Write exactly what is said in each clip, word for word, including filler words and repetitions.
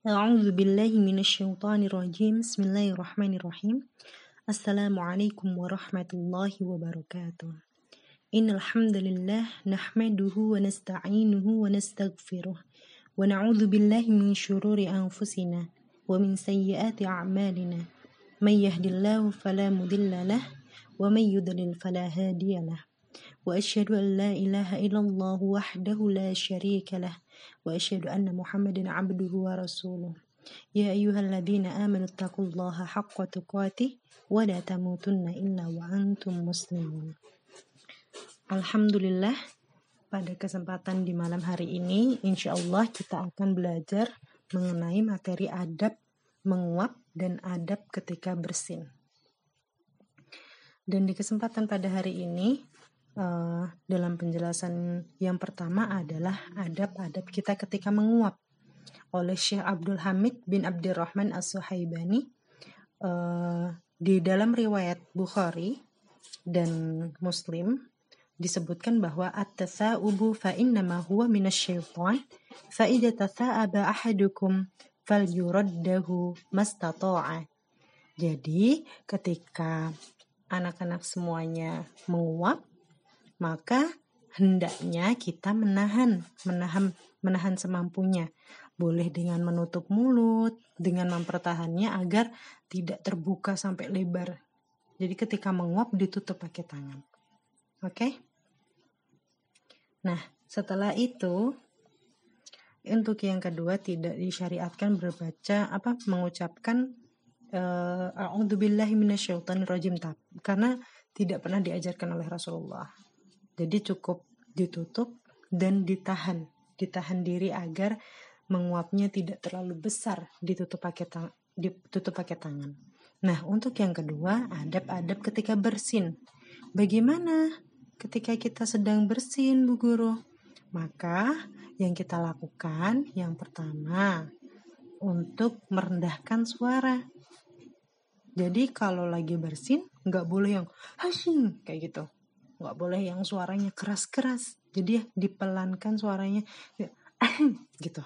أعوذ بالله من الشيطان الرجيم بسم الله الرحمن الرحيم السلام عليكم ورحمة الله وبركاته إن الحمد لله نحمده ونستعينه ونستغفره ونعوذ بالله من شرور أنفسنا ومن سيئات أعمالنا من يهد الله فلا مضل له ومن يضلل فلا هادي له وأشهد أن لا إله إلا الله وحده لا شريك له وأشهد أن محمدا عبده ورسوله يا أيها الذين آمنوا اتقوا الله حق تقاته ولا تموتن إلا وأنتم مسلمون. Alhamdulillah, pada kesempatan di malam hari ini insya Allah kita akan belajar mengenai materi adab menguap dan adab ketika bersin. Dan di kesempatan pada hari ini Uh, dalam penjelasan yang pertama adalah adab-adab kita ketika menguap oleh Syekh Abdul Hamid bin Abdurrahman As-Suhaibani uh, di dalam riwayat Bukhari dan Muslim disebutkan bahwa at-tasa'ubu fa innama huwa minasyaitan fa idza tasa'aba ahadukum falyuraddahu mastata'a. Jadi ketika anak-anak semuanya menguap, maka hendaknya kita menahan, menahan, menahan semampunya. Boleh dengan menutup mulut, dengan mempertahannya agar tidak terbuka sampai lebar. Jadi ketika menguap ditutup pakai tangan. Oke? Okay? Nah, setelah itu untuk yang kedua tidak disyariatkan berbaca apa mengucapkan a'udzubillahi minasyaitonirrajim karena tidak pernah diajarkan oleh Rasulullah. Jadi cukup ditutup dan ditahan, ditahan diri agar menguapnya tidak terlalu besar, ditutup pakai tang- ditutup pakai tangan. Nah, untuk yang kedua, adab-adab ketika bersin. Bagaimana ketika kita sedang bersin, Bu Guru? Maka yang kita lakukan yang pertama untuk merendahkan suara. Jadi kalau lagi bersin nggak boleh yang hasying kayak gitu. Nggak boleh yang suaranya keras-keras, jadi dipelankan suaranya gitu,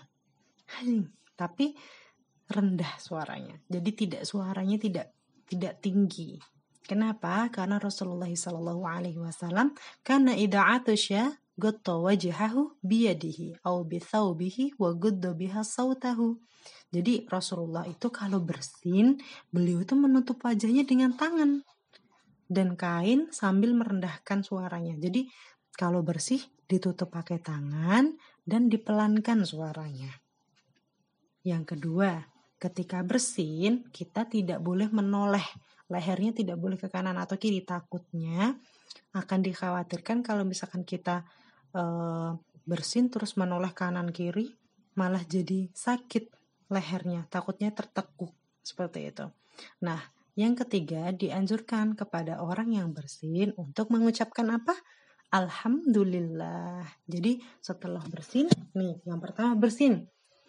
tapi rendah suaranya, jadi tidak suaranya tidak tidak tinggi. Kenapa? Karena Rasulullah Shallallahu Alaihi Wasallam karena idza atasya ghatta wajhahu biyadihi aw bithawbihi wa gudda biha sautahu. Jadi Rasulullah itu kalau bersin, beliau itu menutup wajahnya dengan tangan dan kain sambil merendahkan suaranya. Jadi kalau bersih ditutup pakai tangan dan dipelankan suaranya. Yang kedua, ketika bersin kita tidak boleh menoleh, lehernya tidak boleh ke kanan atau kiri, takutnya akan dikhawatirkan kalau misalkan kita e, bersin terus menoleh kanan kiri malah jadi sakit lehernya, takutnya tertekuk seperti itu. Nah, yang ketiga, dianjurkan kepada orang yang bersin untuk mengucapkan apa? Alhamdulillah. Jadi setelah bersin, nih yang pertama bersin.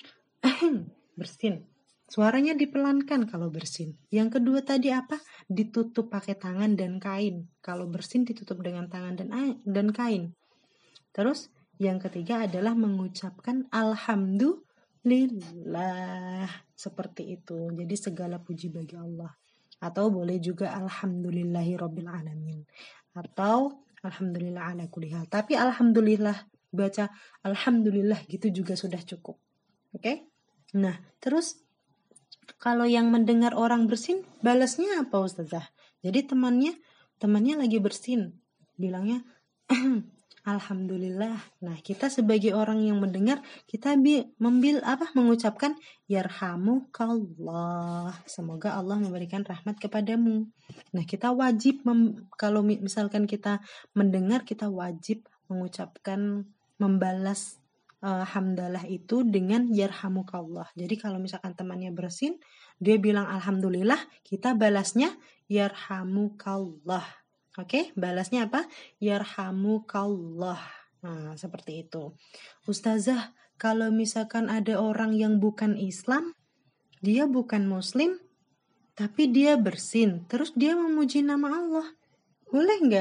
bersin. Suaranya dipelankan kalau bersin. Yang kedua tadi apa? Ditutup pakai tangan dan kain. Kalau bersin ditutup dengan tangan dan dan kain. Terus yang ketiga adalah mengucapkan Alhamdulillah. Seperti itu. Jadi segala puji bagi Allah. Atau boleh juga alhamdulillahi rabbil alamin atau alhamdulillah ala kulli hal. Tapi alhamdulillah baca alhamdulillah gitu juga sudah cukup. Oke? Okay? Nah, terus kalau yang mendengar orang bersin balasnya apa Ustazah? Jadi temannya temannya lagi bersin, bilangnya alhamdulillah. Nah, kita sebagai orang yang mendengar, kita bi- membil apa mengucapkan yarhamukallah. Semoga Allah memberikan rahmat kepadamu. Nah, kita wajib mem- kalau misalkan kita mendengar, kita wajib mengucapkan membalas uh, hamdalah itu dengan yarhamukallah. Jadi kalau misalkan temannya bersin, dia bilang alhamdulillah, kita balasnya yarhamukallah. Oke, okay, balasnya apa? Yarhamukallah. Nah, seperti itu. Ustazah, kalau misalkan ada orang yang bukan Islam, dia bukan Muslim, tapi dia bersin, terus dia memuji nama Allah, boleh nggak?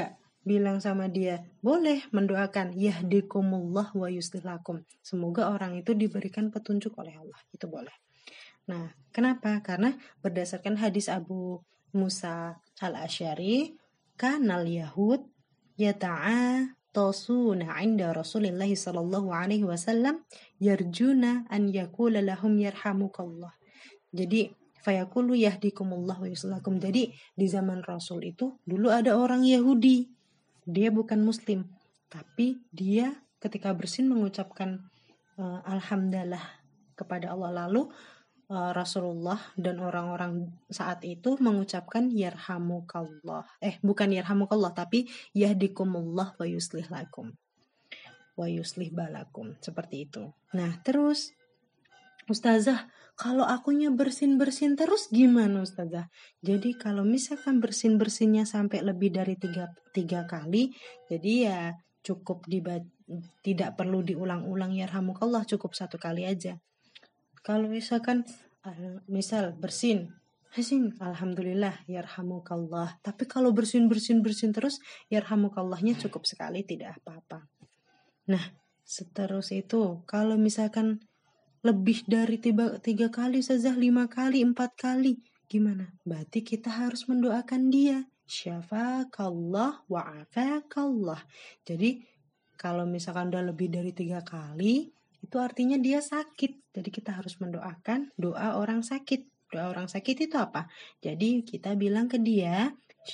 bilang sama dia, boleh mendoakan yahdikumullah wa yuslih lakum. Semoga orang itu diberikan petunjuk oleh Allah. Itu boleh. Nah, kenapa? Karena berdasarkan hadis Abu Musa al-Asy'ari, kanal Yahud yata'atasuna 'inda Rasulillah sallallahu alaihi wasallam yarjuna an yaqula lahum yarhamukallah. Jadi fayaqulu yahdikumullah wa yuslakum. Jadi di zaman Rasul itu dulu ada orang Yahudi. Dia bukan muslim, tapi dia ketika bersin mengucapkan uh, alhamdulillah kepada Allah, lalu uh, Rasulullah dan orang-orang saat itu mengucapkan yarhamukallah. Eh bukan yarhamukallah tapi yahdikumullah wa yuslih lakum. Wa yuslih balakum, seperti itu. Nah, terus Ustazah, kalau akunya bersin-bersin terus gimana Ustazah? Jadi kalau misalkan bersin-bersinnya sampai lebih dari tiga, tiga kali, jadi ya cukup diba- tidak perlu diulang-ulang yarhamukallah, cukup satu kali aja. Kalau misalkan misal bersin, bersin, alhamdulillah yarhamukallah. Tapi kalau bersin-bersin-bersin terus, yarhamukallahnya cukup sekali, tidak apa-apa. Nah, seterus itu kalau misalkan lebih dari tiga, tiga kali saja, lima kali, empat kali, gimana? Berarti kita harus mendoakan dia. Syafakallah wa'afakallah. Jadi kalau misalkan udah lebih dari tiga kali, itu artinya dia sakit. Jadi kita harus mendoakan doa orang sakit. Doa orang sakit itu apa? Jadi kita bilang ke dia,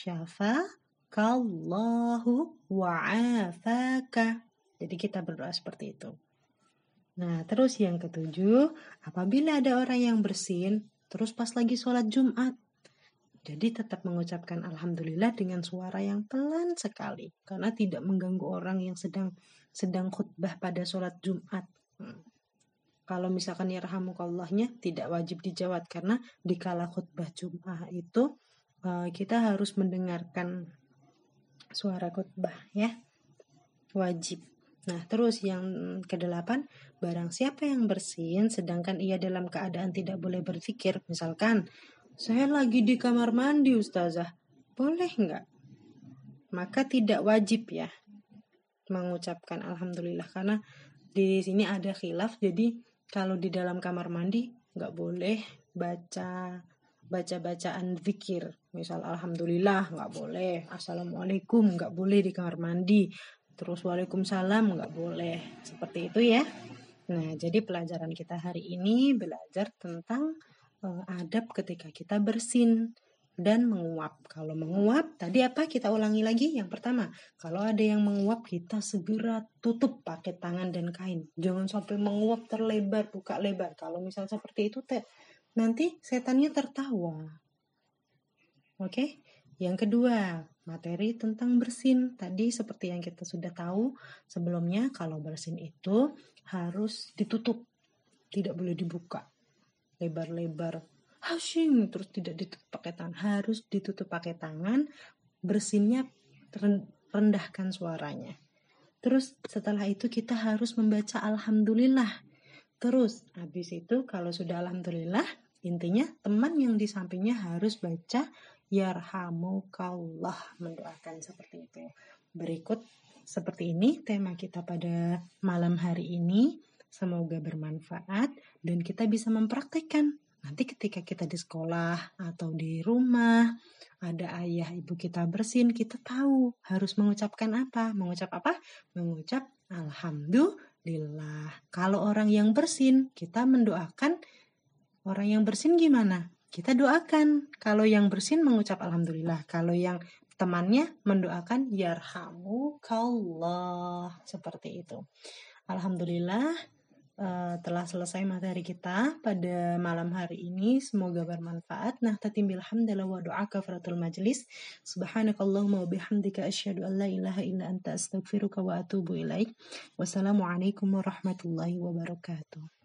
syafakallahu wa'afaka. Jadi kita berdoa seperti itu. Nah, terus yang ketujuh, apabila ada orang yang bersin, terus pas lagi sholat Jumat, jadi tetap mengucapkan alhamdulillah dengan suara yang pelan sekali, karena tidak mengganggu orang yang sedang sedang khutbah pada sholat Jumat. Hmm. Kalau misalkan yarhamukallahnya tidak wajib dijawab, karena di kala khutbah Jumat itu uh, kita harus mendengarkan suara khutbah, ya, wajib. Nah, terus yang kedelapan, barang siapa yang bersin sedangkan ia dalam keadaan tidak boleh berpikir, misalkan saya lagi di kamar mandi Ustazah, boleh nggak? Maka tidak wajib ya mengucapkan alhamdulillah, karena di sini ada khilaf. Jadi kalau di dalam kamar mandi nggak boleh baca baca-bacaan zikir, misal alhamdulillah nggak boleh, assalamualaikum nggak boleh di kamar mandi, terus waalaikumsalam nggak boleh, seperti itu ya. Nah, jadi pelajaran kita hari ini belajar tentang uh, adab ketika kita bersin dan menguap. Kalau menguap, tadi apa? Kita ulangi lagi. Yang pertama, kalau ada yang menguap, kita segera tutup pakai tangan dan kain. Jangan sampai menguap terlebar, buka lebar. Kalau misal seperti itu, te- nanti setannya tertawa. Oke? Okay? Yang kedua, materi tentang bersin. Tadi seperti yang kita sudah tahu sebelumnya, kalau bersin itu harus ditutup. Tidak boleh dibuka lebar-lebar. Hashing, terus tidak ditutup pakai tangan. Harus ditutup pakai tangan. Bersinnya rendahkan suaranya. Terus setelah itu kita harus membaca alhamdulillah. Terus habis itu kalau sudah alhamdulillah, intinya teman yang di sampingnya harus baca yarhamukallah, mendoakan seperti itu. Berikut seperti ini tema kita pada malam hari ini. Semoga bermanfaat dan kita bisa mempraktekkan. Nanti ketika kita di sekolah atau di rumah, ada ayah ibu kita bersin, kita tahu harus mengucapkan apa. Mengucap apa? Mengucap alhamdulillah. Kalau orang yang bersin, kita mendoakan orang yang bersin gimana? Kita doakan. Kalau yang bersin mengucap alhamdulillah. Kalau yang temannya mendoakan yarhamukallah. Seperti itu. Alhamdulillah uh, telah selesai materi kita pada malam hari ini. Semoga bermanfaat. Nah, tatimbil hamdalah wa doa kafaratul majlis. Subhanakallahumma wa bihamdika asyhadu an la ilaha illa anta astaghfiruka wa atubu ilaik. Wassalamualaikum warahmatullahi wabarakatuh.